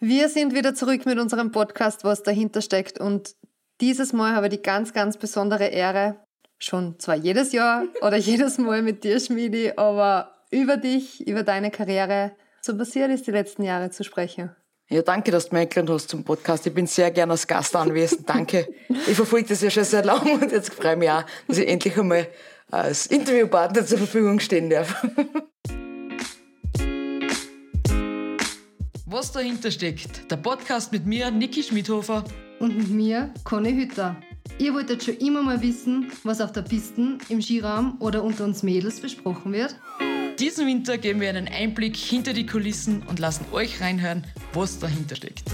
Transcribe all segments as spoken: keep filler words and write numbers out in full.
Wir sind wieder zurück mit unserem Podcast, was dahinter steckt. Und dieses Mal habe ich die ganz, ganz besondere Ehre, schon zwar jedes Jahr oder jedes Mal mit dir, Schmiedi, aber über dich, über deine Karriere, so passiert ist, die letzten Jahre zu sprechen. Ja, danke, dass du mich eingeladen hast zum Podcast. Ich bin sehr gerne als Gast anwesend. Danke. Ich verfolge das ja schon sehr lange und jetzt freue ich mich auch, dass ich endlich einmal als Interviewpartner zur Verfügung stehen darf. Was dahinter steckt, der Podcast mit mir, Niki Schmidhofer. Und mit mir, Conny Hütter. Ihr wolltet schon immer mal wissen, was auf der Piste, im Skiraum oder unter uns Mädels besprochen wird? Diesen Winter geben wir einen Einblick hinter die Kulissen und lassen euch reinhören, was dahinter steckt.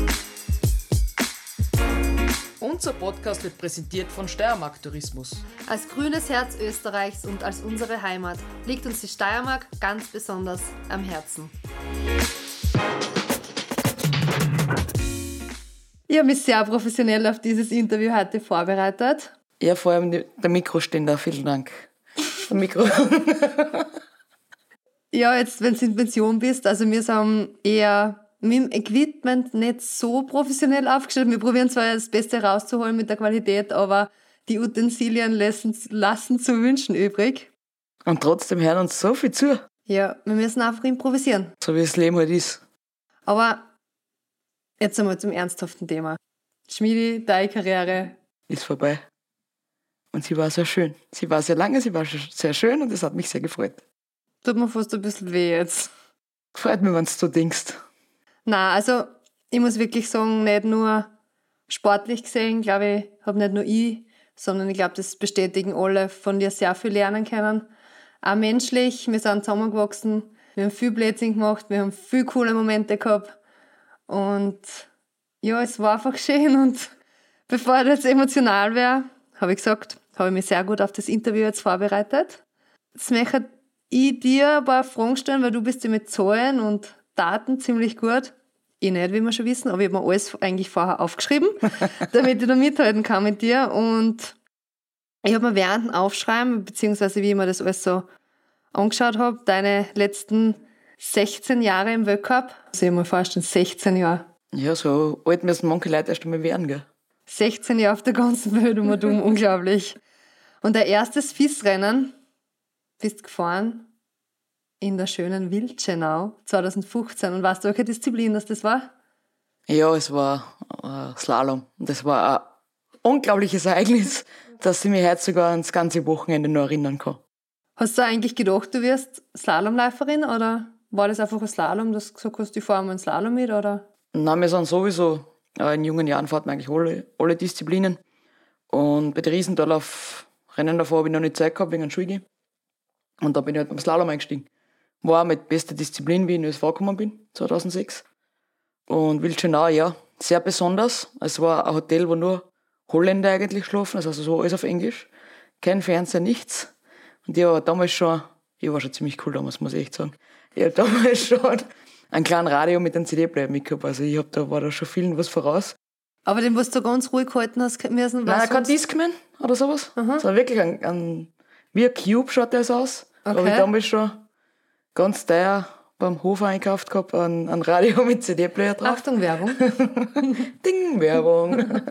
Unser Podcast wird präsentiert von Steiermark Tourismus. Als grünes Herz Österreichs und als unsere Heimat liegt uns die Steiermark ganz besonders am Herzen. Ich habe mich sehr professionell auf dieses Interview heute vorbereitet. Ja, vor allem der Mikroständer, vielen Dank. Der Mikro. Ja, jetzt, wenn du in Pension bist, also wir sind eher mit dem Equipment nicht so professionell aufgestellt. Wir probieren zwar das Beste rauszuholen mit der Qualität, aber die Utensilien lassen, lassen zu wünschen übrig. Und trotzdem hören uns so viel zu. Ja, wir müssen einfach improvisieren. So wie das Leben halt ist. Aber jetzt einmal zum ernsthaften Thema. Schmiedi, deine Karriere ist vorbei. Und sie war sehr schön. Sie war sehr lange, sie war sehr schön und es hat mich sehr gefreut. Tut mir fast ein bisschen weh jetzt. Freut mich, wenn du so denkst. Nein, also ich muss wirklich sagen, nicht nur sportlich gesehen, glaube ich, habe nicht nur ich, sondern ich glaube, das bestätigen alle, von dir sehr viel lernen können. Auch menschlich, wir sind zusammengewachsen, wir haben viel Blödsinn gemacht, wir haben viele coole Momente gehabt. Und ja, es war einfach schön. Und bevor ich jetzt emotional wäre, habe ich gesagt, habe ich mich sehr gut auf das Interview jetzt vorbereitet. Jetzt möchte ich dir ein paar Fragen stellen, weil du bist ja mit Zahlen und Daten ziemlich gut. Ich nicht, wie wir schon wissen, aber ich habe mir alles eigentlich vorher aufgeschrieben, damit ich da mithalten kann mit dir. Und ich habe mir während dem Aufschreiben, beziehungsweise wie ich mir das alles so angeschaut habe, deine letzten sechzehn Jahre im Weltcup. Also ich mir vorstellen, sechzehn Jahre. Ja, so alt müssen manche Leute erst einmal werden, gell? sechzehn Jahre auf der ganzen Welt um und um, unglaublich. Und dein erstes F I S-Rennen bist du gefahren in der schönen Wildschenau zwanzig fünfzehn. Und weißt du, welche Disziplin das, das war? Ja, es war äh, Slalom. Und das war ein unglaubliches Ereignis, dass ich mich heute sogar ans ganze Wochenende noch erinnern kann. Hast du eigentlich gedacht, du wirst Slalomläuferin oder war das einfach ein Slalom, dass du gesagt hast, ich fahre mal einen Slalom mit? Oder? Nein, wir sind sowieso, äh, in jungen Jahren fährt man eigentlich alle, alle Disziplinen. Und bei den Riesendorlauf-Rennen davor habe ich noch nicht Zeit gehabt wegen einem Schulgehen. Und da bin ich halt beim Slalom eingestiegen. War auch mit bester Disziplin, wie ich in Ö S V gekommen bin, zweitausendsechs. Und Wildschenau, ja, sehr besonders. Es war ein Hotel, wo nur Holländer eigentlich schlafen, also so alles auf Englisch. Kein Fernseher, nichts. Und ich war damals schon, ich war schon ziemlich cool damals, muss ich echt sagen. Ich habe damals schon ein kleines Radio mit einem C D-Player mitgehabt. Also ich hab, da war da schon vielen was voraus. Aber den, was du ganz ruhig gehalten hast müssen, Nein, kein Discman oder sowas. Aha. Das war wirklich ein, ein, wie ein Cube schaut das aus. Okay. Habe ich damals schon ganz teuer beim Hof einkauft gehabt, ein, ein Radio mit C D-Player drauf. Achtung, Werbung. Ding, Werbung.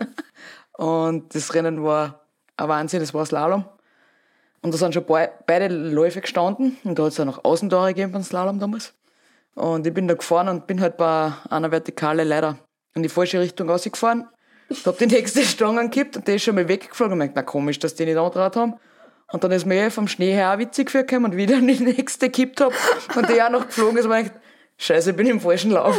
Und das Rennen war ein Wahnsinn, das war Slalom. Und da sind schon beide Läufe gestanden. Und da hat es auch noch Außentore gegeben beim Slalom damals. Und ich bin da gefahren und bin halt bei einer Vertikale leider in die falsche Richtung rausgefahren. Ich hab die nächste Stange angekippt und die ist schon mal weggeflogen. Und ich dachte, na komisch, dass die nicht angetraut haben. Und dann ist mir eh vom Schnee her auch witzig vorgekommen und wieder in die nächste gekippt hab und die auch noch geflogen ist. Und ich dachte, scheiße, ich bin im falschen Lauf.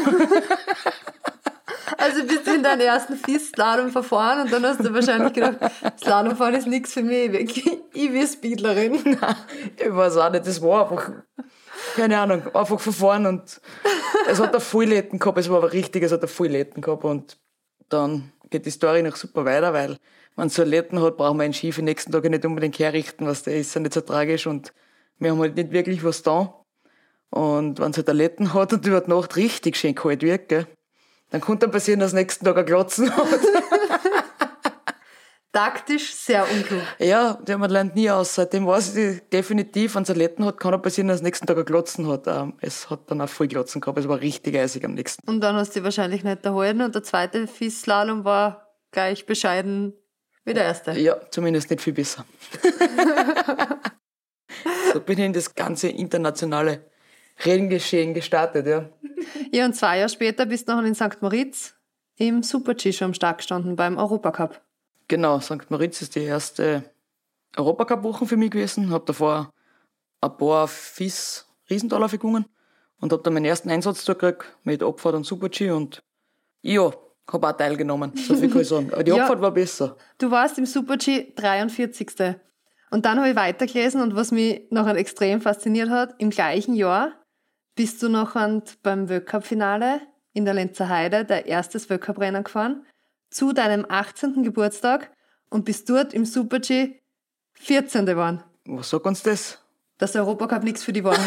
Also bist du in deinen ersten F I S-Slalom verfahren und dann hast du wahrscheinlich gedacht, Slalomfahren ist nichts für mich, ich will Speedlerin. Nein, ich weiß auch nicht, das war einfach, keine Ahnung, einfach verfahren und es hat ein Vollläden gehabt, es war aber richtig, es hat ein Vollläden gehabt und dann geht die Story noch super weiter, weil wenn es so ein Läden hat, brauchen wir einen Ski für den nächsten Tag nicht unbedingt herrichten, was der ist ja nicht so tragisch und wir haben halt nicht wirklich was da. Und wenn es halt ein Läden hat und über die Nacht richtig schön kalt wird, gell, dann kann dann passieren, dass am nächsten Tag ein Glotzen hat. Taktisch sehr unklug. Ja, der man lernt nie aus. Seitdem weiß ich definitiv, wenn es Athleten hat, kann er passieren, dass er am nächsten Tag ein Glotzen hat. Ähm, Es hat dann auch voll Glotzen gehabt, es war richtig eisig am nächsten. Und dann hast du dich wahrscheinlich nicht erhalten. Und der zweite Fiss-Slalom war gleich bescheiden wie der erste. Ja, zumindest nicht viel besser. So bin ich in das ganze internationale Renngeschehen gestartet, ja. Ja, und zwei Jahre später bist du noch in Sankt Moritz im Super-G schon am Start gestanden beim Europacup. Genau, Sankt Moritz ist die erste Europacup-Woche für mich gewesen. Habe davor ein paar F I S-Riesentorläufe gegangen und habe dann meinen ersten Einsatz gekriegt mit Abfahrt und Super-G und ja, habe auch teilgenommen, so viel kann ich sagen. Aber die Ja. Abfahrt war besser. Du warst im Super-G dreiundvierzigste Und dann habe ich weitergelesen und was mich nachher extrem fasziniert hat, im gleichen Jahr bist du nachher beim Weltcup-Finale in der Lenzer Heide, der erstes Weltcup-Rennen gefahren, zu deinem achtzehnten Geburtstag und bist dort im Super-G vierzehnte geworden. Was sagt uns das? Dass der Europacup nichts für dich war.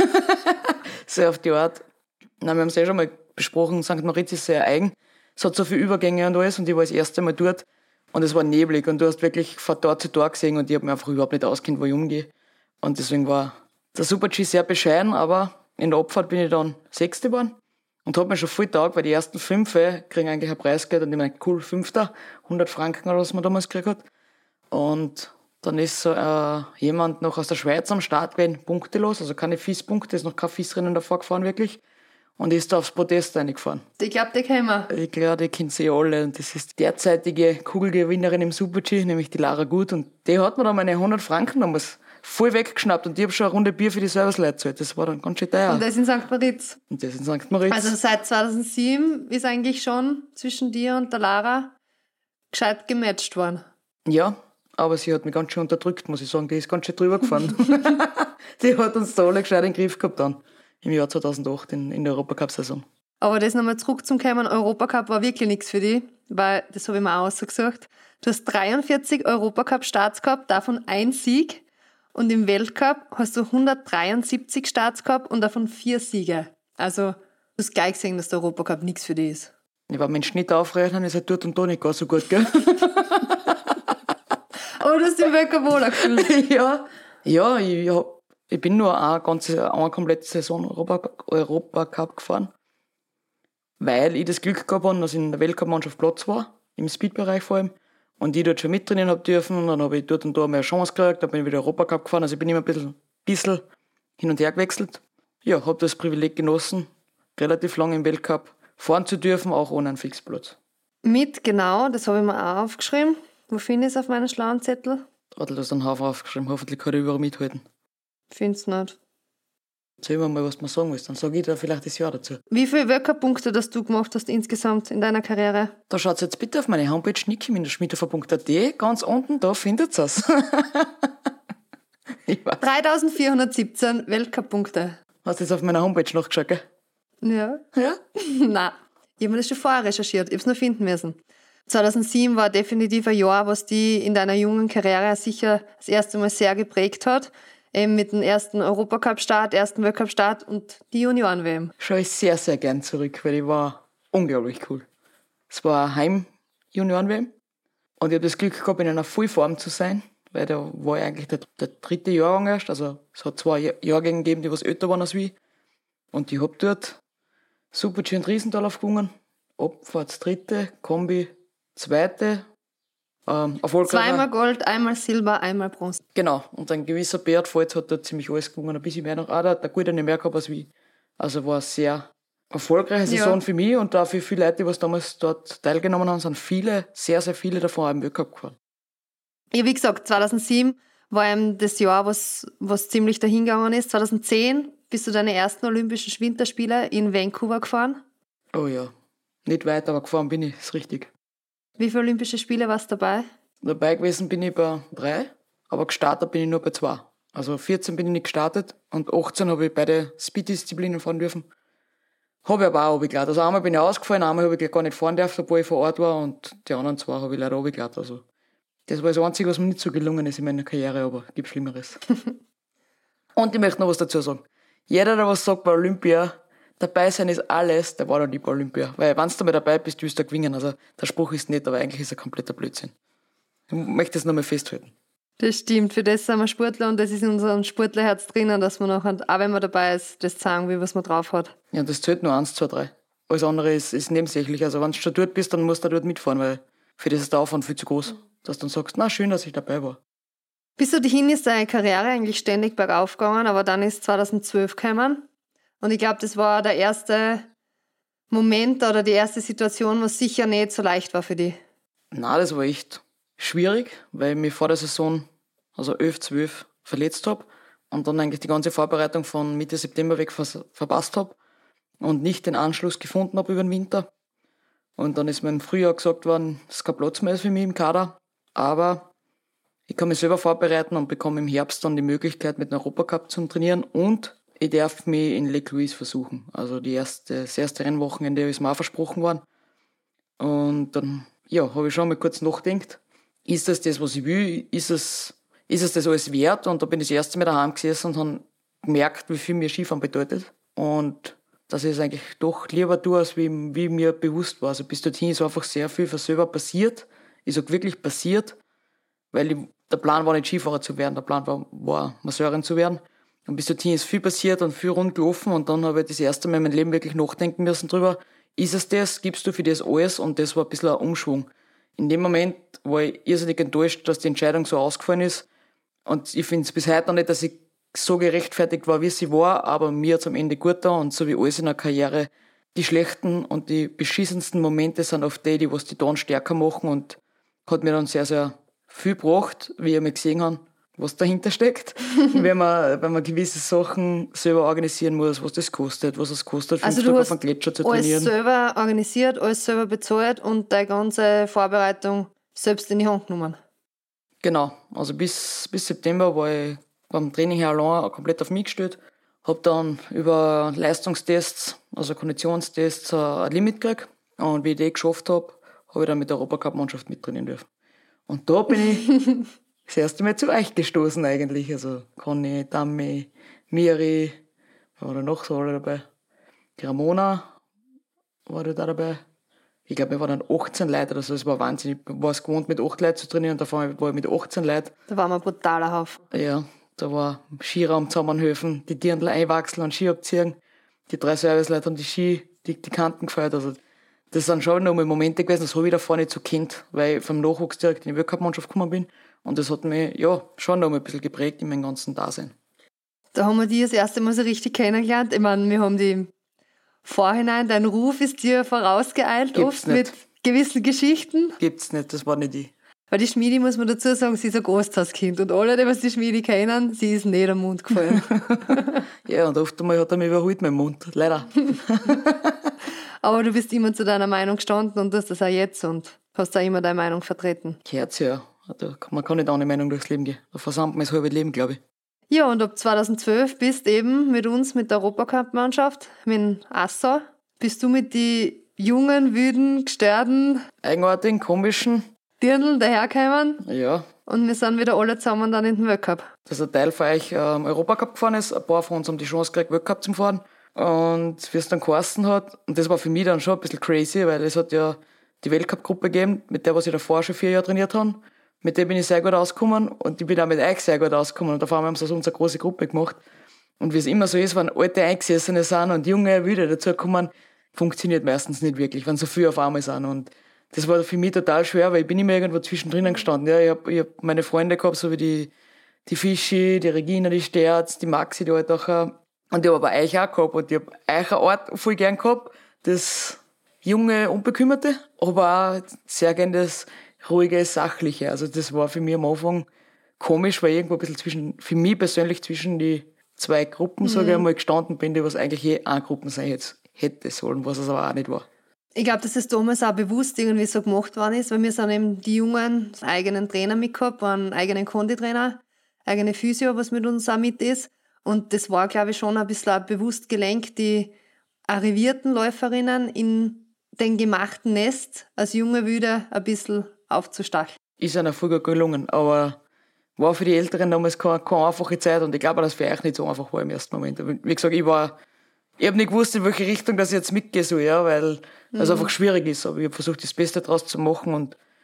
Sehr auf die Art. Nein, wir haben es eh schon mal besprochen, Sankt Moritz ist sehr eigen. Es hat so viele Übergänge und alles und ich war das erste Mal dort und es war neblig und du hast wirklich von Tor zu Tor gesehen und ich habe mir einfach überhaupt nicht auskennt, wo ich umgehe. Und deswegen war der Super-G sehr bescheiden, aber in der Abfahrt bin ich dann Sechste geworden und habe mir schon viel Tag, weil die ersten fünf kriegen eigentlich ein Preisgeld und ich meine, cool, Fünfter, hundert Franken oder was man damals gekriegt hat. Und dann ist so äh, jemand noch aus der Schweiz am Start gewesen, punktelos, also keine F I S-Punkte, ist noch kein F I S-Rennen davor gefahren wirklich. Und ist da aufs Podest reingefahren. Ich glaube, die kennen wir. Ich glaube, die kennt sie alle. Und das ist die derzeitige Kugelgewinnerin im Super-G, nämlich die Lara Gut. Und die hat mir dann meine hundert Franken damals voll weggeschnappt. Und ich habe schon eine Runde Bier für die Serviceleute gezahlt. Das war dann ganz schön teuer. Und das in Sankt Moritz. Und das in Sankt Moritz. Also seit zweitausendsieben ist eigentlich schon zwischen dir und der Lara gescheit gematcht worden. Ja, aber sie hat mich ganz schön unterdrückt, muss ich sagen. Die ist ganz schön drüber gefahren. Die hat uns da alle gescheit in den Griff gehabt dann. Im Jahr zweitausendacht in, in der Europacup-Saison. Aber das nochmal zurückzukommen, Europacup war wirklich nichts für dich, weil, das habe ich mir auch ausgesucht, du hast dreiundvierzig Europacup-Starts gehabt, davon ein Sieg und im Weltcup hast du hundertdreiundsiebzig Starts gehabt und davon vier Siege. Also du hast gleich gesehen, dass der Europacup nichts für dich ist. Ich war mit Schnitt aufrechnen, ist halt dort und da nicht gar so gut, gell? Aber du hast den Weltcup wohl gefühlt. ja, ja, ich hab Ich bin nur eine ganze, eine komplette Saison Europacup Europacup gefahren, weil ich das Glück gehabt habe, dass ich in der Weltcup-Mannschaft Platz war, im Speed-Bereich vor allem, und ich dort schon mittrainieren habe dürfen, und dann habe ich dort und da mehr Chance gekriegt, dann bin ich wieder Europacup gefahren, also ich bin immer ein bisschen, bisschen hin und her gewechselt. Ja, habe das Privileg genossen, relativ lange im Weltcup fahren zu dürfen, auch ohne einen Fixplatz. Mit, genau, das habe ich mir auch aufgeschrieben. Wo finde ich es auf meinem schlauen Zettel? Adel, du hast einen Haufen aufgeschrieben, hoffentlich kann ich überall mithalten. Find's nicht. Erzähl mir mal, was du mir sagen willst, dann sage ich dir vielleicht das Jahr dazu. Wie viele Weltcup-Punkte hast du gemacht hast insgesamt in deiner Karriere? Da schaut jetzt bitte auf meine Homepage nicki-schmiedefer punkt a t, ganz unten, da findet ihr es. dreitausendvierhundertsiebzehn Weltcup-Punkte. Hast du jetzt auf meiner Homepage nachgeschaut, gell? Ja. Ja? Nein, ich habe mir das schon vorher recherchiert, ich habe es nur finden müssen. zweitausendsieben war definitiv ein Jahr, was die in deiner jungen Karriere sicher das erste Mal sehr geprägt hat. Eben mit dem ersten Europacup-Start, ersten Weltcup-Start und die Junioren-W M. Schaue ich sehr, sehr gern zurück, weil die war unglaublich cool. Es war eine Heim-Junioren-W M und ich habe das Glück gehabt, in einer Vollform zu sein, weil da war ich eigentlich der, der dritte Jahrgang erst. Also es hat zwei Jahrgänge gegeben, die was älter waren als ich. Und ich habe dort Super-G und Riesendorlauf gewonnen. Abfahrts dritte, Kombi zweite. Ähm, Zweimal Gold, einmal Silber, einmal Bronze. Genau, und ein gewisser Beat Falz hat dort ziemlich alles gewonnen, ein bisschen mehr noch. Ah, der hat gut eine mehr gehabt als wie. Also war eine sehr erfolgreiche Saison ja. für mich und auch für viele Leute, die damals dort teilgenommen haben, sind viele, sehr, sehr viele davon auch im Weltcup gefahren. Ja, wie gesagt, zweitausendsieben war eben das Jahr, was, was ziemlich dahingegangen ist. zweitausendzehn bist du deine ersten Olympischen Winterspiele in Vancouver gefahren. Oh ja, nicht weit, aber gefahren bin ich, ist richtig. Wie viele Olympische Spiele warst du dabei? Dabei gewesen bin ich bei drei, aber gestartet bin ich nur bei zwei. Also vierzehn bin ich nicht gestartet und achtzehn habe ich beide Speed-Disziplinen fahren dürfen. Habe ich aber auch runtergeladen. Also einmal bin ich ausgefallen, einmal habe ich gar nicht fahren dürfen, obwohl ich vor Ort war und die anderen zwei habe ich leider runtergeladen. Also das war das Einzige, was mir nicht so gelungen ist in meiner Karriere, aber es gibt Schlimmeres. Und ich möchte noch was dazu sagen. Jeder, der was sagt bei Olympia, dabei sein ist alles, der war noch nie bei Olympia. Weil wenn du mal dabei bist, willst du da gewinnen. Also der Spruch ist nicht, aber eigentlich ist er kompletter Blödsinn. Ich möchte das nochmal festhalten. Das stimmt, für das sind wir Sportler und das ist in unserem Sportlerherz drinnen, dass man nachher, auch wenn man dabei ist, das zeigen will, was man drauf hat. Ja, das zählt nur eins, zwei, drei. Alles andere ist, ist nebensächlich. Also wenn du schon dort bist, dann musst du dort mitfahren, weil für das ist der Aufwand viel zu groß. Dass du dann sagst, na schön, dass ich dabei war. Bis dorthin ist deine Karriere eigentlich ständig bergauf gegangen, aber dann ist zweitausendzwölf gekommen. Und ich glaube, das war der erste Moment oder die erste Situation, was sicher nicht so leicht war für dich. Nein, das war echt schwierig, weil ich mich vor der Saison, also elf, zwölf, verletzt habe und dann eigentlich die ganze Vorbereitung von Mitte September weg vers- verpasst habe und nicht den Anschluss gefunden habe über den Winter. Und dann ist mir im Frühjahr gesagt worden, es ist kein Platz mehr für mich im Kader, aber ich kann mich selber vorbereiten und bekomme im Herbst dann die Möglichkeit, mit dem Europacup zu trainieren und ich darf mich in Lake Louise versuchen. Also die erste, das erste Rennwochenende ist mir auch versprochen worden. Und dann ja, habe ich schon mal kurz nachgedacht, ist das das, was ich will? Ist es, ist es das alles wert? Und da bin ich das erste Mal daheim gesessen und habe gemerkt, wie viel mir Skifahren bedeutet. Und dass ich es eigentlich doch lieber tue, als wie, wie mir bewusst war. Also bis dorthin ist einfach sehr viel für selber passiert. Ich sage wirklich passiert, weil ich, der Plan war nicht Skifahrer zu werden, der Plan war, war Masseurin zu werden. Und bis dorthin ist viel passiert und viel rund gelaufen und dann habe ich das erste Mal in meinem Leben wirklich nachdenken müssen drüber, ist es das, gibst du für das alles? Und das war ein bisschen ein Umschwung. In dem Moment war ich irrsinnig enttäuscht, dass die Entscheidung so ausgefallen ist. Und ich finde es bis heute noch nicht, dass ich so gerechtfertigt war, wie sie war, aber mir hat am Ende gut da und so wie alles in der Karriere. Die schlechten und die beschissensten Momente sind oft die, die was die dann stärker machen und hat mir dann sehr, sehr viel gebracht, wie ich mir gesehen habe, was dahinter steckt, wenn man, wenn man gewisse Sachen selber organisieren muss, was das kostet, was es kostet, fünf Also du Tage hast auf einen Gletscher zu alles trainieren. selber organisiert, alles selber bezahlt und deine ganze Vorbereitung selbst in die Hand genommen. Genau, also bis, bis September war ich beim Training her allein komplett auf mich gestellt. Habe dann über Leistungstests, also Konditionstests, ein Limit gekriegt. Und wie ich die geschafft habe, habe ich dann mit der Europacup-Mannschaft mittrainieren dürfen. Und da bin ich das erste Mal zu euch gestoßen eigentlich. Also Conny, Dami, Miri, wer war da noch so alle dabei? Die Ramona war da dabei. Ich glaube, wir waren dann achtzehn Leute oder so. Es war Wahnsinn. Ich war es gewohnt, mit acht Leuten zu trainieren. Und davon war ich mit achtzehn Leuten. Da waren wir ein brutaler Haufen. Ja, da war Skiraum zusammenhelfen, die Dirndl einwachseln und Ski abziehen. Die drei Serviceleute haben die Ski, die, die Kanten gefeiert. Also, das sind schon noch mal Momente gewesen, das habe ich davor nicht so kennt, weil ich vom Nachwuchs direkt in die Weltcup-Mannschaft gekommen bin. Und das hat mich, ja, schon noch mal ein bisschen geprägt in meinem ganzen Dasein. Da haben wir die das erste Mal so richtig kennengelernt. Ich meine, wir haben die im Vorhinein, dein Ruf ist dir vorausgeeilt, Gibt's oft nicht. mit gewissen Geschichten. Gibt's nicht, das war nicht ich. Weil die Schmiedi, muss man dazu sagen, sie ist ein Gasthauskind. Und alle, die was die Schmiedi kennen, sie ist nicht am Mund gefallen. Ja, und oft einmal hat er mich überholt mit dem Mund, leider. Aber du bist immer zu deiner Meinung gestanden und tust das auch jetzt und hast auch immer deine Meinung vertreten. Gehört's ja. Also, man kann nicht ohne Meinung durchs Leben gehen. Da versammelt man das halbe Leben, glaube ich. Ja, und ab zweitausendzwölf bist eben mit uns, mit der Europacup-Mannschaft, mit dem Assau, bist du mit den jungen, wilden, gestörten Eigenartigen, komischen, Dirndl dahergekommen ja. und wir sind wieder alle zusammen dann in den Weltcup. Dass ein Teil von euch ähm, Europacup gefahren ist. Ein paar von uns haben die Chance gekriegt, Weltcup zu fahren. Und wie es dann geheißen hat, und das war für mich dann schon ein bisschen crazy, weil es hat ja die Weltcup-Gruppe gegeben, mit der was ich davor schon vier Jahre trainiert habe. Mit der bin ich sehr gut ausgekommen und ich bin auch mit euch sehr gut ausgekommen. Und auf einmal haben sie aus unserer große Gruppe gemacht. Und wie es immer so ist, wenn alte Eingesessene sind und junge wieder dazukommen, funktioniert meistens nicht wirklich, wenn so viele auf einmal sind. Und das war für mich total schwer, weil ich bin immer irgendwo zwischendrin gestanden. Ja, ich habe ich hab meine Freunde gehabt, so wie die, die Fischi, die Regina, die Sterz, die Maxi, die Altacher. Und ich habe aber euch auch gehabt. Und ich habe euch eine Art voll gern gehabt. Das junge, unbekümmerte, aber auch sehr gern das ruhige, sachliche. Also das war für mich am Anfang komisch, weil ich irgendwo ein bisschen zwischen, für mich persönlich zwischen die zwei Gruppen, mhm. sage ich einmal, gestanden bin, die was eigentlich eh eine Gruppe sein hätte, hätte sollen, was es aber auch nicht war. Ich glaube, dass das damals auch bewusst irgendwie so gemacht worden ist, weil wir sind eben die Jungen einen eigenen Trainer mitgehabt, einen eigenen Konditrainer, eigene Physio, was mit uns auch mit ist. Und das war, glaube ich, schon ein bisschen auch bewusst gelenkt, die arrivierten Läuferinnen in den gemachten Nest als junge Wilde ein bisschen aufzustacheln. Ist einer voll gut gelungen, aber war für die Älteren damals keine, keine einfache Zeit und ich glaube, dass es für euch nicht so einfach war im ersten Moment. Wie gesagt, ich war, ich habe nicht gewusst, in welche Richtung dass ich jetzt mitgehe, so, ja, weil mhm. es einfach schwierig ist, aber ich habe versucht, das Beste daraus zu machen und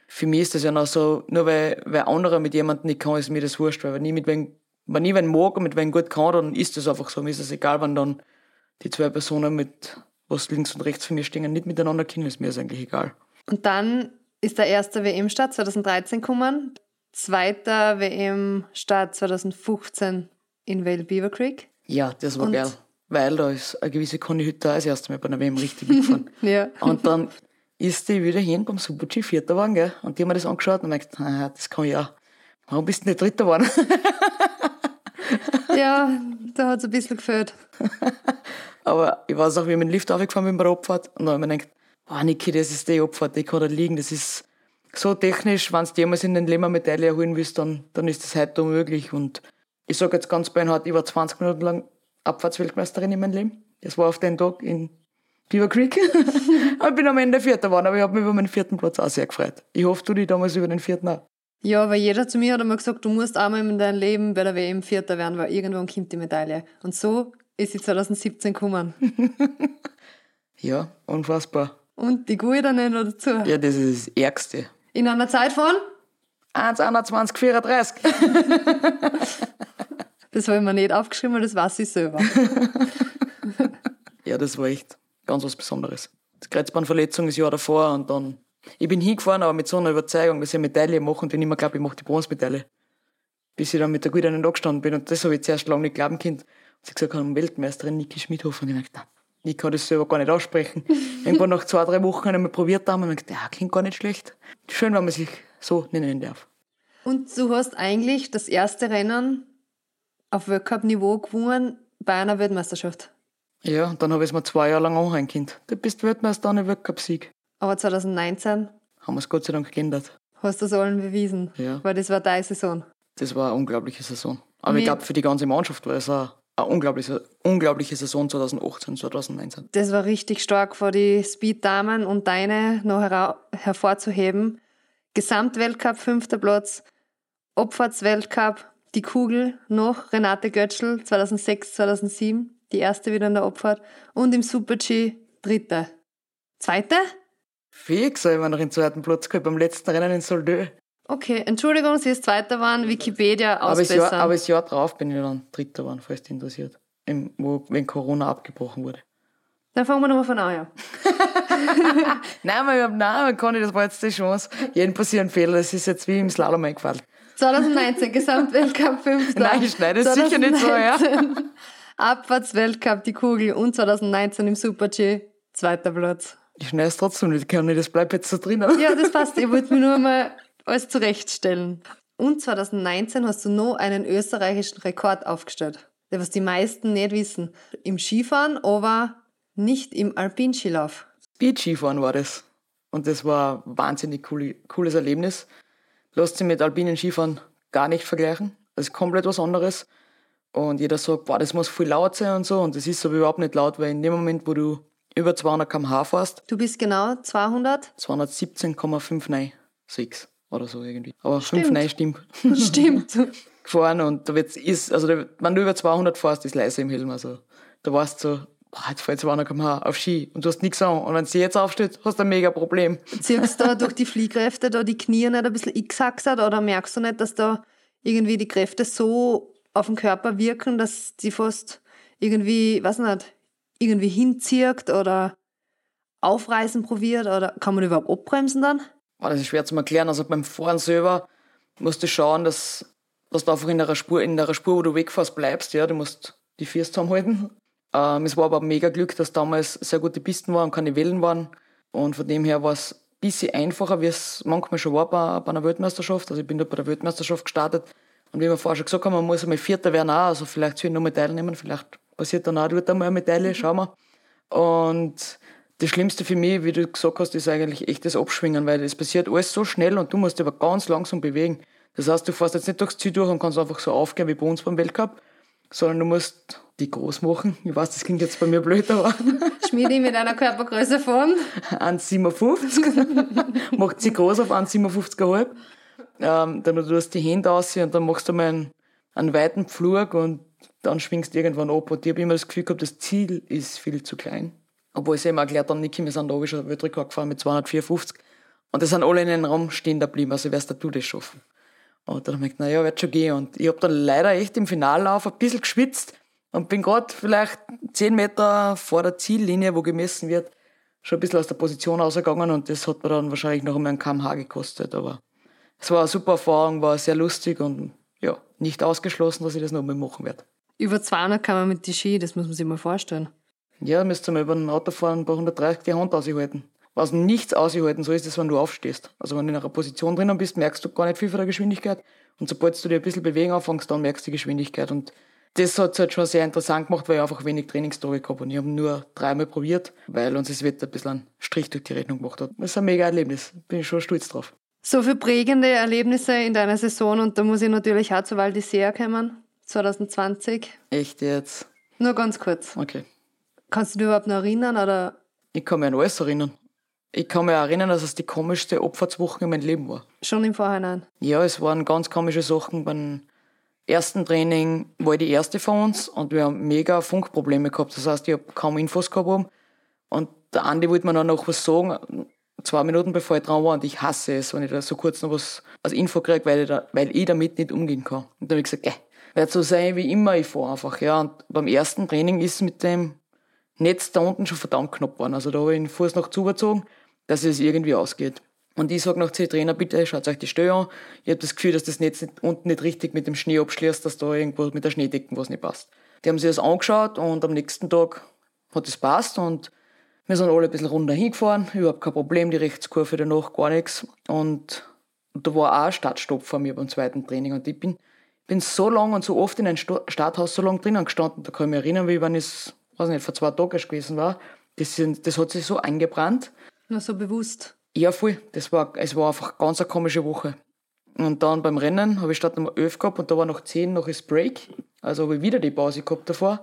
für mich ist das ja noch so, nur weil, weil andere mit jemandem nicht kann, ist mir das wurscht. Weil wenn ich mit wen, wenn ich wen mag und mit wen gut kann, dann ist das einfach so. Mir ist es egal, wenn dann die zwei Personen mit, was links und rechts von mir stehen, nicht miteinander können, ist mir das eigentlich egal. Und dann ist der erste W M-Start zwanzig dreizehn gekommen, zweiter W M-Start zwanzig fünfzehn in Vale Beaver Creek. Ja, das war Und- geil. Weil da ist eine gewisse Conny Hütter das erste Mal bei einer W M richtig mitgefahren. Ja. Und dann ist die wieder hin beim Super-G, Vierter geworden, gell? Und die haben mir das angeschaut und gedacht, ah, das kann ich auch. Warum bist du nicht Dritter geworden? Ja, da hat es ein bisschen gefällt. Aber ich weiß auch, wie ich mit dem Lift aufgefahren bin bei der Abfahrt. Und dann habe ich mir gedacht, oh Niki, das ist die Abfahrt, die kann da liegen. Das ist so technisch, wenn du jemals in den Leben eine Medaille erholen willst, dann, dann ist das heute unmöglich. Und ich sage jetzt ganz beinhart, ich war zwanzig Minuten lang Abfahrtsweltmeisterin in meinem Leben. Das war auf den Tag in Beaver Creek. Ich bin am Ende Vierter geworden, aber ich habe mich über meinen vierten Platz auch sehr gefreut. Ich hoffe, du dich damals über den vierten auch. Ja, weil jeder zu mir hat einmal gesagt, du musst einmal in deinem Leben bei der W M Vierter werden, weil irgendwann kommt die Medaille. Und so ist sie zwanzig siebzehn gekommen. Ja, unfassbar. Und die goldene noch dazu. Ja, das ist das Ärgste. In einer Zeit von, eins einundzwanzig vierunddreißig. das habe ich mir nicht aufgeschrieben, weil das weiß ich selber. Ja, das war echt ganz was Besonderes. Die Kreuzbandverletzung ist Jahr davor und dann... Ich bin hingefahren, aber mit so einer Überzeugung, dass ich eine Medaille mache und wenn ich immer glaube, ich mache die Bronzemedaille. Bis ich dann mit der Goldenen angestanden bin und das habe ich zuerst lange nicht glauben können. Und sie gesagt haben, Weltmeisterin Niki Schmidhofer. Und ich habe gedacht, ich kann das selber gar nicht aussprechen. Irgendwann nach zwei, drei Wochen habe ich mal probiert haben und ich gedacht, ja, klingt gar nicht schlecht. Schön, wenn man sich so nennen darf. Und du hast eigentlich das erste Rennen auf Weltcup-Niveau gewonnen bei einer Weltmeisterschaft. Ja, und dann habe ich es mir zwei Jahre lang anhören können. Du bist Weltmeister ohne Weltcup-Sieg. Aber zwanzig neunzehn Haben wir es Gott sei Dank geändert. hast du das allen bewiesen, Ja. weil das war deine Saison. Das war eine unglaubliche Saison. Aber Mir- ich glaube, für die ganze Mannschaft war es eine, eine unglaubliche, unglaubliche Saison zwanzig achtzehn, zwanzig neunzehn. Das war richtig stark für die Speed-Damen und deine noch hera- hervorzuheben. Gesamtweltcup, fünfter Platz, Abfahrtsweltcup, die Kugel noch, Renate Götzschl, zweitausendsechs, zweitausendsieben, die erste wieder in der Abfahrt und im Super-G, dritte. Zweite? Fix, habe ich mir noch den zweiten Platz gehabt beim letzten Rennen in Soldö. Okay, Entschuldigung, sie ist Zweiter geworden, Wikipedia Aber das, ausbessern. Jahr, aber das Jahr drauf bin ich dann Dritter geworden, falls dich interessiert. Im, wo, wenn Corona abgebrochen wurde. Dann fangen wir nochmal von an, ja. Nein, man, nein, man kann nicht, das war jetzt die Chance. Jedem passieren Fehler, das ist jetzt wie im Slalom eingefallen. zwanzig neunzehn, Gesamtweltcup, fünfter. Nein, ich schneide es sicher nicht so, ja. Abfahrtsweltcup, die Kugel und zwanzig neunzehn im Super-G, zweiter Platz. Ich schneide es trotzdem nicht, kann nicht, das bleibt jetzt so drinnen. Ja, das passt. Ich wollte mir nur mal alles zurechtstellen. Und zwanzig neunzehn hast du noch einen österreichischen Rekord aufgestellt. Der, was die meisten nicht wissen. Im Skifahren, aber nicht im Alpinskilauf. Speed-Skifahren war das. Und das war ein wahnsinnig cool, cooles Erlebnis. Lässt sich mit alpinen Skifahren gar nicht vergleichen. Das ist komplett was anderes. Und jeder sagt, boah, das muss viel laut sein und so. Und das ist aber überhaupt nicht laut, weil in dem Moment, wo du über zweihundert Kilometer pro Stunde fährst, Du bist genau zweihundert. zweihundertsiebzehn Komma sechs oder so irgendwie. Aber Stimmt. fünf nein stimmt. Stimmt. Gefahren und da wird's, ist, also da, wenn du über zweihundert fährst, ist leise im Helm. Also da weißt du so, boah, jetzt fällt zweihundert Kilometer pro Stunde auf Ski und du hast nichts an. Und wenn sie jetzt aufsteht, hast du ein mega Problem. Ziehst du da durch die Fliehkräfte da die Knie nicht ein bisschen eingesackert oder merkst du nicht, dass da irgendwie die Kräfte so auf den Körper wirken, dass die fast irgendwie, weiß nicht, irgendwie hinzieht oder aufreißen probiert oder kann man überhaupt abbremsen dann? Boah, das ist schwer zu erklären. Also beim Fahren selber musst du schauen, dass, dass du einfach in der Spur, in der Spur, wo du wegfährst, bleibst. Ja, du musst die Füße zusammenhalten. Ähm, es war aber mega Glück, dass damals sehr gute Pisten waren und keine Wellen waren. Und von dem her war es ein bisschen einfacher, wie es manchmal schon war bei, bei einer Weltmeisterschaft. Also ich bin da bei der Weltmeisterschaft gestartet. Und wie wir vorher schon gesagt haben, man muss einmal Vierter werden auch. Also vielleicht soll ich noch mal teilnehmen. Vielleicht passiert dann auch dort einmal eine Medaille. Schauen wir. Und das Schlimmste für mich, wie du gesagt hast, ist eigentlich echt das Abschwingen, weil es passiert alles so schnell und du musst dich aber ganz langsam bewegen. Das heißt, du fährst jetzt nicht durchs Ziel durch und kannst einfach so aufgehen wie bei uns beim Weltcup, sondern du musst die groß machen. Ich weiß, das klingt jetzt bei mir blöd, aber Schmiedi mit einer Körpergröße von? eins Komma siebenundfünfzig. Macht sie groß auf eins Komma siebenundfünfzig Komma fünf. Ähm, dann tust du die Hände aus und dann machst du mal einen, einen weiten Pflug und dann schwingst du irgendwann ab. Und ich habe immer das Gefühl gehabt, das Ziel ist viel zu klein. Obwohl ich es eben erklärt habe, Niki, wir sind da oben schon Weltrekord gefahren mit zweihundertvierundfünfzig. Und die sind alle in einem Raum stehen geblieben, also wirst du das schaffen. Und dann habe ich gedacht, naja, wird schon gehen. Und ich habe dann leider echt im Finallauf ein bisschen geschwitzt und bin gerade vielleicht zehn Meter vor der Ziellinie, wo gemessen wird, schon ein bisschen aus der Position rausgegangen und das hat mir dann wahrscheinlich noch einmal einen Kilometer pro Stunde gekostet. Aber es war eine super Erfahrung, war sehr lustig und ja, nicht ausgeschlossen, dass ich das noch mal machen werde. Über zweihundert kann man mit den Ski, das muss man sich mal vorstellen. Ja, da müsst ihr mal über ein Autofahren bei hundertdreißig die Hand aushalten. Was nichts aushalten soll, ist das, wenn du aufstehst. Also wenn du in einer Position drinnen bist, merkst du gar nicht viel von der Geschwindigkeit. Und sobald du dir ein bisschen bewegen anfängst, dann merkst du die Geschwindigkeit. Und das hat es halt schon sehr interessant gemacht, weil ich einfach wenig Trainingstage gehabt habe. Und ich habe nur dreimal probiert, weil uns das Wetter ein bisschen einen Strich durch die Rechnung gemacht hat. Das ist ein mega Erlebnis. Bin ich schon stolz drauf. So viele prägende Erlebnisse in deiner Saison und da muss ich natürlich auch zu Val d'Isère kommen, zwanzig zwanzig. Echt jetzt? Nur ganz kurz. Okay. Kannst du dich überhaupt noch erinnern? Oder? Ich kann mich an alles erinnern. Ich kann mich auch erinnern, dass es die komischste Abfahrtswoche in meinem Leben war. Schon im Vorhinein? Ja, es waren ganz komische Sachen. Beim ersten Training war ich die erste von uns und wir haben mega Funkprobleme gehabt. Das heißt, ich habe kaum Infos gehabt oben. Und der Andi wollte mir dann noch was sagen, zwei Minuten bevor ich dran war. Und ich hasse es, wenn ich da so kurz noch was als Info kriege, weil ich, da, weil ich damit nicht umgehen kann. Und dann habe ich gesagt, äh, wird so sein wie immer, ich fahre einfach. Ja, und beim ersten Training ist es mit dem Netz da unten schon verdammt knapp geworden. Also da habe ich den Fuß noch zugezogen, dass es irgendwie ausgeht. Und ich sage noch zu den Trainer, bitte schaut euch die Stelle an. Ich habe das Gefühl, dass das Netz nicht, unten nicht richtig mit dem Schnee abschließt, dass da irgendwo mit der Schneedecken was nicht passt. Die haben sich das angeschaut und am nächsten Tag hat es passt und wir sind alle ein bisschen runter hingefahren, überhaupt kein Problem, die Rechtskurve danach, gar nichts. Und da war auch ein Startstopp vor mir beim zweiten Training und ich bin, bin so lang und so oft in einem Starthaus so lang drinnen gestanden, da kann ich mich erinnern, wie wenn es, weiß nicht, vor zwei Tagen gewesen war. Das, sind, das hat sich so eingebrannt. Nur so bewusst? Ja, voll. Das war, es war einfach ganz eine komische Woche. Und dann beim Rennen habe ich statt Nummer elf gehabt und da war noch zehn, noch das Break. Also habe ich wieder die Pause gehabt davor.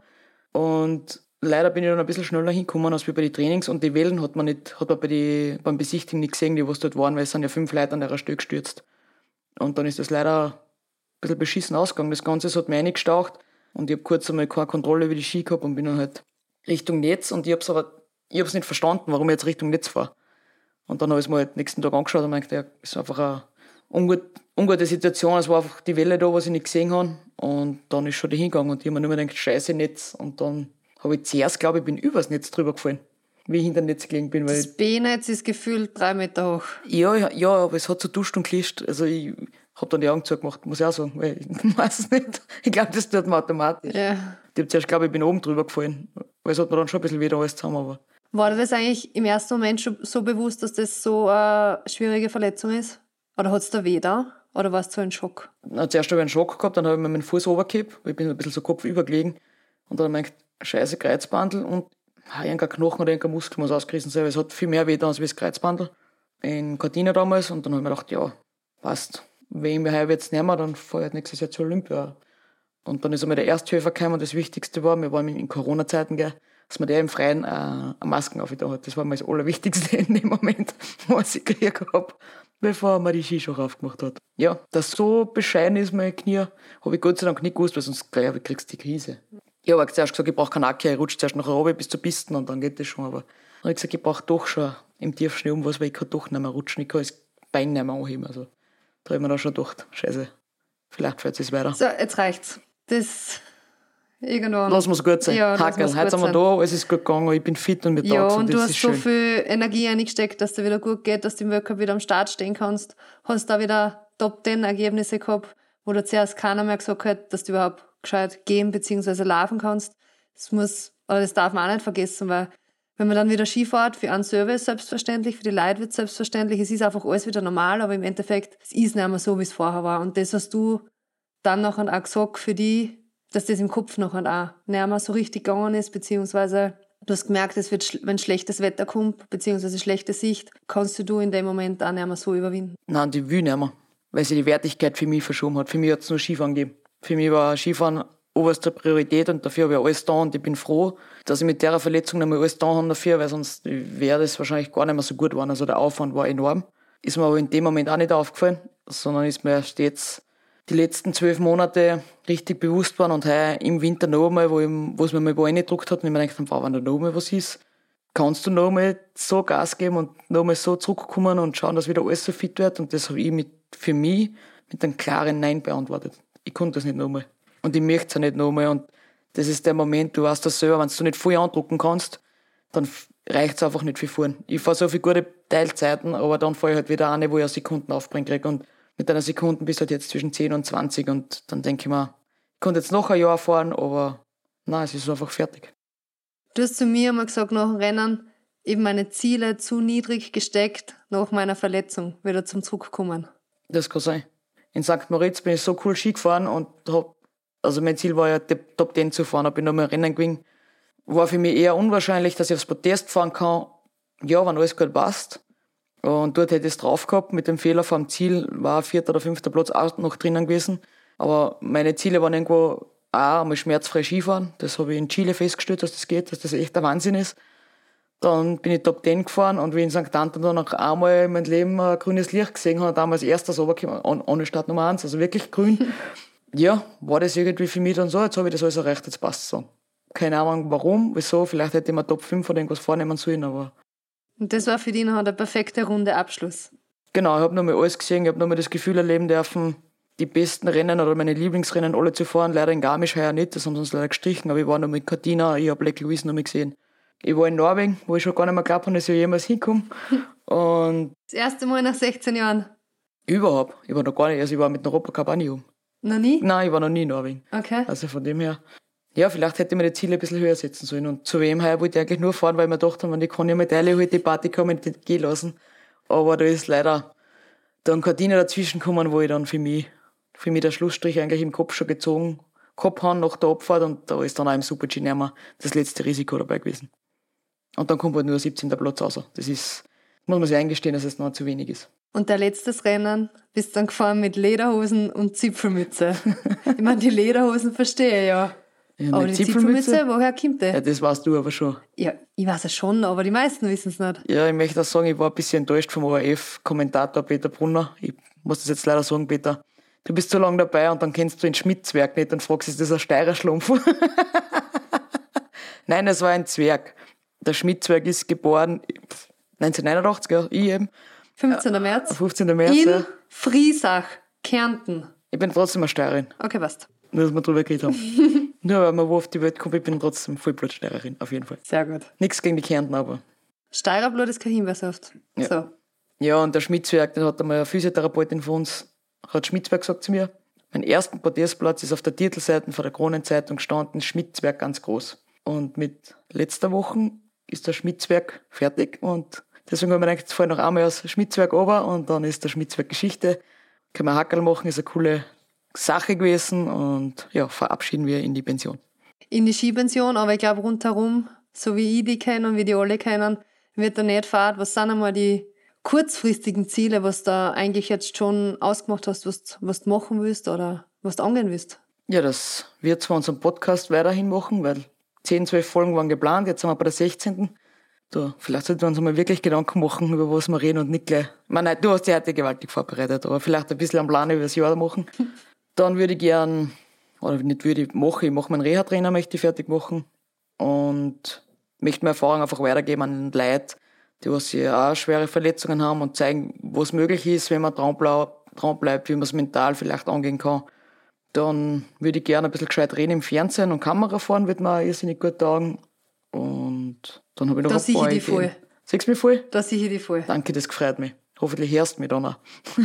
Und leider bin ich dann ein bisschen schneller hingekommen als wie bei den Trainings und die Wellen hat man nicht, hat man bei die, beim Besichtigen nicht gesehen, die was dort waren, weil es sind ja fünf Leute an der Stelle gestürzt. Und dann ist das leider ein bisschen beschissen ausgegangen. Das Ganze hat mich reingestaucht und ich habe kurz einmal keine Kontrolle über die Ski gehabt und bin dann halt Richtung Netz und ich habe es aber ich habe es nicht verstanden, warum ich jetzt Richtung Netz fahre. Und dann habe ich es mir halt nächsten Tag angeschaut und gedacht, ja, das ist einfach eine ungut, ungute Situation. Es war einfach die Welle da, was ich nicht gesehen habe. Und dann ist schon die hingegangen und ich habe mir nur mehr gedacht, scheiße Netz. Und dann habe ich zuerst, glaube ich, bin übers Netz drüber gefallen, wie ich hinter dem Netz gelegen bin. Weil das B-Netz ist gefühlt drei Meter hoch. Ja, ja, ja, aber es hat so duscht und klischt. Also ich habe dann die Augen zugemacht, muss ich auch sagen, weil ich weiß es nicht. Ich glaube, das tut man automatisch. Ja. Ich habe zuerst, glaube ich, bin oben drüber gefallen. Weil es hat mir dann schon ein bisschen wieder alles zusammen, aber... War dir das eigentlich im ersten Moment schon so bewusst, dass das so eine schwierige Verletzung ist? Oder hat es da weh da? Oder warst du so ein Schock? Na, zuerst habe ich einen Schock gehabt, dann habe ich mir meinen Fuß runtergehabt, weil ich bin ein bisschen so kopfüber gelegen. Und dann habe ich gedacht, scheiße Kreuzbandel und ah, irgendein Knochen oder irgendein Muskel muss ausgerissen sein, weil es hat viel mehr weh da als das Kreuzbandel. In Cortina damals. Und dann habe ich mir gedacht, ja, passt. Wenn wir heuer jetzt nicht mehr, dann fahre ich halt nächstes Jahr zur Olympia. Und dann ist einmal der Ersthelfer gekommen und das Wichtigste war, wir waren in Corona-Zeiten, gell, dass man der im Freien äh, eine Masken aufgetan hat. Das war mir das Allerwichtigste in dem Moment, was ich gekriegt habe, bevor man die Skischuhe raufgemacht hat. Ja, dass so bescheiden ist mein Knie, habe ich Gott sei Dank nicht gewusst, weil sonst gleich du kriegst die Krise. Ich habe zuerst gesagt, ich brauche keinen Acke, ich rutsche zuerst nachher runter bis zur Pisten und dann geht das schon. Aber dann habe ich gesagt, ich brauche doch schon im Tiefschnee um was, weil ich kann doch nicht mehr rutschen, ich kann das Bein nicht mehr anheben. Also da habe ich mir dann schon gedacht, scheiße, vielleicht fällt es weiter. So, jetzt reicht's. Das... Irgendwann. Lass uns gut sein. Ja, Hackerl, heute sind wir da, es ist gut gegangen, ich bin fit und mir ja, taugt und und du das hast ist so schön. viel Energie eingesteckt, dass dir wieder gut geht, dass du im Weltcup wieder am Start stehen kannst. Hast da wieder Top zehn Ergebnisse gehabt, wo du zuerst keiner mehr gesagt hat, dass du überhaupt gescheit gehen bzw. laufen kannst. Das muss, aber das darf man auch nicht vergessen, weil wenn man dann wieder Ski fährt, für einen selber ist es selbstverständlich, für die Leute wird es selbstverständlich, es ist einfach alles wieder normal, aber im Endeffekt, es ist nicht mehr so, wie es vorher war. Und das hast du dann nachher auch gesagt für die, dass das im Kopf noch auch nicht mehr so richtig gegangen ist, beziehungsweise du hast gemerkt, es wird, wenn schlechtes Wetter kommt, beziehungsweise schlechte Sicht, kannst du in dem Moment auch nicht mehr so überwinden. Nein, die will nicht mehr, weil sie die Wertigkeit für mich verschoben hat. Für mich hat es nur Skifahren gegeben. Für mich war Skifahren oberste Priorität und dafür habe ich alles da und ich bin froh, dass ich mit der Verletzung nicht mehr alles da habe dafür, weil sonst wäre das wahrscheinlich gar nicht mehr so gut geworden. Also der Aufwand war enorm. Ist mir aber in dem Moment auch nicht aufgefallen, sondern ist mir erst jetzt die letzten zwölf Monate richtig bewusst waren und heuer im Winter noch einmal, wo, ich, wo es mir mal wo reingedruckt hat und ich mir gedacht habe, wenn da noch einmal was ist, kannst du nochmal so Gas geben und nochmal so zurückkommen und schauen, dass wieder alles so fit wird. Und das habe ich mit, für mich mit einem klaren Nein beantwortet. Ich konnte das nicht nochmal. Und ich möchte es auch nicht nochmal. Und das ist der Moment, du weißt das selber, wenn du nicht voll andrucken kannst, dann reicht es einfach nicht für vorn. Ich fahre so viele gute Teilzeiten, aber dann fahre ich halt wieder eine, wo ich eine Sekunden aufbringen kriege. Und mit einer Sekunde bist du halt jetzt zwischen zehn und zwanzig. Und dann denke ich mir, ich konnte jetzt noch ein Jahr fahren, aber nein, es ist einfach fertig. Du hast zu mir einmal gesagt, nach dem Rennen, eben meine Ziele zu niedrig gesteckt, nach meiner Verletzung wieder zum Zurückkommen. Das kann sein. In Sankt Moritz bin ich so cool Ski gefahren und hab, also mein Ziel war ja, Top zehn zu fahren, habe ich noch mal ein Rennen gewinnt. War für mich eher unwahrscheinlich, dass ich aufs Podest fahren kann. Ja, wenn alles gut passt. Und dort hätte ich es drauf gehabt. Mit dem Fehler vom Ziel war ein vierter oder fünfter Platz auch noch drinnen gewesen. Aber meine Ziele waren irgendwo auch einmal schmerzfrei Skifahren. Das habe ich in Chile festgestellt, dass das geht, dass das echt der Wahnsinn ist. Dann bin ich Top zehn gefahren und wie in Sankt Anton dann noch einmal in meinem Leben ein grünes Licht gesehen habe, damals erstes runtergekommen, ohne Start Nummer eins, also wirklich grün. Ja, war das irgendwie für mich dann so, jetzt habe ich das alles erreicht, jetzt passt es so. Keine Ahnung warum, wieso, vielleicht hätte ich mir Top fünf oder irgendwas vornehmen sollen, aber... Und das war für dich noch der perfekte runde Abschluss. Genau, ich habe nochmal alles gesehen, ich habe nochmal das Gefühl erleben dürfen, die besten Rennen oder meine Lieblingsrennen alle zu fahren. Leider in Garmisch heuer nicht, das haben sie uns leider gestrichen, aber ich war noch mit Cortina, ich habe Black Louise noch mal gesehen. Ich war in Norwegen, wo ich schon gar nicht mehr geglaubt habe, dass ich jemals hinkomme. Und das erste Mal nach sechzehn Jahren? Überhaupt. Ich war noch gar nicht, also ich war mit dem Europacup auch nie um. Noch nie? Nein, ich war noch nie in Norwegen. Okay. Also von dem her, ja, vielleicht hätte ich mir die Ziele ein bisschen höher setzen sollen. Und zu wem heuer wollte ich eigentlich nur fahren, weil ich mir gedacht habe, wenn ich kann ja Medaille heute die Party kann ich nicht gehen lassen. Aber da ist leider dann Cortina dazwischen gekommen, wo ich dann für mich, für mich der Schlussstrich eigentlich im Kopf schon gezogen gehabt habe nach der Abfahrt. Und da ist dann auch im Super-G nicht mehr das letzte Risiko dabei gewesen. Und dann kommt halt nur ein siebzehnter Platz raus. Das ist, muss man sich eingestehen, dass es noch zu wenig ist. Und der letztes Rennen bist du dann gefahren mit Lederhosen und Zipfelmütze. Ich meine, die Lederhosen verstehe ich ja. ja aber die Zipfelmütze, Zipfelmütze, woher kommt die? Ja, das weißt du aber schon. Ja, ich weiß es schon, aber die meisten wissen es nicht. Ja, ich möchte auch sagen, ich war ein bisschen enttäuscht vom O R F-Kommentator Peter Brunner. Ich muss das jetzt leider sagen, Peter. Du bist so lange dabei und dann kennst du den Schmidt-Zwerg nicht und fragst, ist das ein Steirerschlumpf? Nein, es war ein Zwerg. Der Schmidt-Zwerg ist geboren neunzehnhundertneunundachtzig, ja, ich eben. fünfzehnten März? fünfzehnten März, in ja. Friesach, Kärnten. Ich bin trotzdem eine Steirerin. Okay, passt. Nur, dass wir drüber geredet haben. Nur weil man wo auf die Welt kommt, ich bin trotzdem Vollblut-Steirerin, auf jeden Fall. Sehr gut. Nichts gegen die Kärnten, aber... Steirerblut ist kein Himbeersaft. Ja. So. Ja, und der Schmidt-Zwerg, den hat einmal eine Physiotherapeutin von uns, hat Schmidt-Zwerg gesagt zu mir, mein ersten Podestplatz ist auf der Titelseite von der Kronenzeitung gestanden, Schmidt-Zwerg ganz groß. Und mit letzter Woche ist der Schmidt-Zwerg fertig und deswegen haben wir gedacht, jetzt fahren noch einmal aus Schmidt-Zwerg runter und dann ist der Schmidt-Zwerg Geschichte. Können wir Hackerl machen, ist eine coole Sache gewesen und ja, verabschieden wir in die Pension. In die Skipension, aber ich glaube rundherum, so wie ich die kenne und wie die alle kennen, wird da nicht gefragt, was sind einmal die kurzfristigen Ziele, was du eigentlich jetzt schon ausgemacht hast, was, was du machen willst oder was du angehen willst? Ja, das wird zwar unseren Podcast weiterhin machen, weil zehn, zwölf Folgen waren geplant, jetzt sind wir bei der sechzehnten Da, vielleicht sollten wir uns mal wirklich Gedanken machen, über was wir reden und nicht gleich... Ich meine, du hast dich heute gewaltig vorbereitet, aber vielleicht ein bisschen einen Plan über das Jahr machen. Dann würde ich gern, oder nicht würde ich, mache ich, mache meinen Reha-Trainer, möchte ich fertig machen und möchte meine Erfahrung einfach weitergeben an die Leute, die was ja auch schwere Verletzungen haben und zeigen, was möglich ist, wenn man dran bleibt, wie man es mental vielleicht angehen kann. Dann würde ich gerne ein bisschen gescheit reden im Fernsehen und Kamera fahren, wird mir irrsinnig gut taugen. Und dann habe ich noch da ein paar Ideen. Voll. Siehst du mich voll? Da sehe ich dich voll. Danke, das gefreut mich. Hoffentlich hörst du mich dann auch.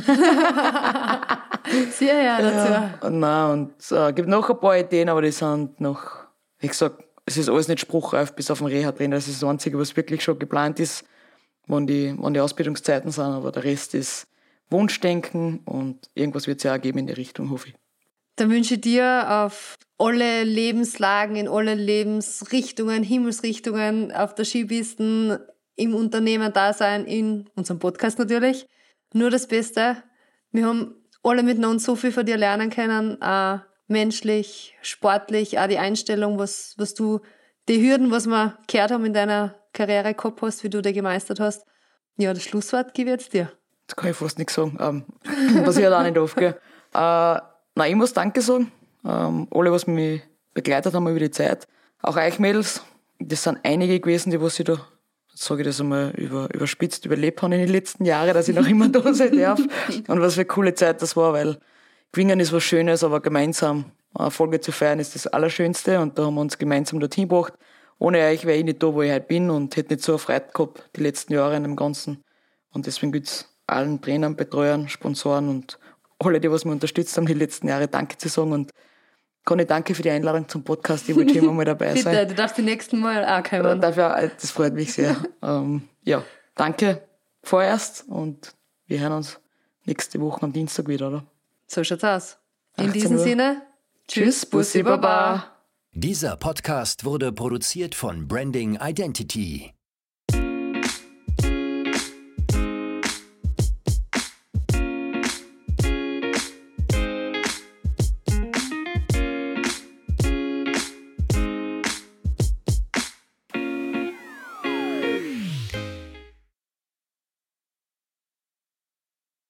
Sehr ja dazu. Ja, nein, und es äh, gibt noch ein paar Ideen, aber die sind noch, wie gesagt, es ist alles nicht spruchreif bis auf den Reha-Trainer. Das ist das Einzige, was wirklich schon geplant ist, wann die, wann die Ausbildungszeiten sind, aber der Rest ist Wunschdenken und irgendwas wird es ja auch geben in die Richtung, hoffe ich. Dann wünsche ich dir auf alle Lebenslagen, in alle Lebensrichtungen, Himmelsrichtungen, auf der Skipisten, im Unternehmer-Dasein, in unserem Podcast natürlich, nur das Beste. Wir haben alle miteinander so viel von dir lernen können, auch menschlich, sportlich, auch die Einstellung, was, was du, die Hürden, was wir gehört haben in deiner Karriere gehabt hast, wie du die gemeistert hast. Ja, das Schlusswort gebe ich jetzt dir. Das kann ich fast nichts sagen. Ähm, passiert auch nicht oft, gell. Äh, nein, ich muss Danke sagen. Ähm, alle, was mich begleitet haben über die Zeit. Auch euch Mädels. Das sind einige gewesen, die was sich da jetzt sage ich das einmal über, überspitzt, überlebt habe in den letzten Jahren, dass ich noch immer da sein darf. Und was für eine coole Zeit das war, weil Gewinnen ist was Schönes, aber gemeinsam Erfolge zu feiern ist das Allerschönste. Und da haben wir uns gemeinsam dorthin gebracht. Ohne euch wäre ich nicht da, wo ich heute bin und hätte nicht so eine Freude gehabt, die letzten Jahre in dem Ganzen. Und deswegen gilt es allen Trainern, Betreuern, Sponsoren und alle, die was mich unterstützt haben die letzten Jahre, Danke zu sagen. Und Conny, danke für die Einladung zum Podcast. Ich wollte immer mal dabei sein. Bitte, du darfst die nächsten Mal auch kommen. Dafür, das freut mich sehr. ähm, ja, danke vorerst und wir hören uns nächste Woche am Dienstag wieder, oder? So schaut's aus. In achtzehn diesem Uhr. Sinne, tschüss, Bussi, Baba. Dieser Podcast wurde produziert von Branding Identity.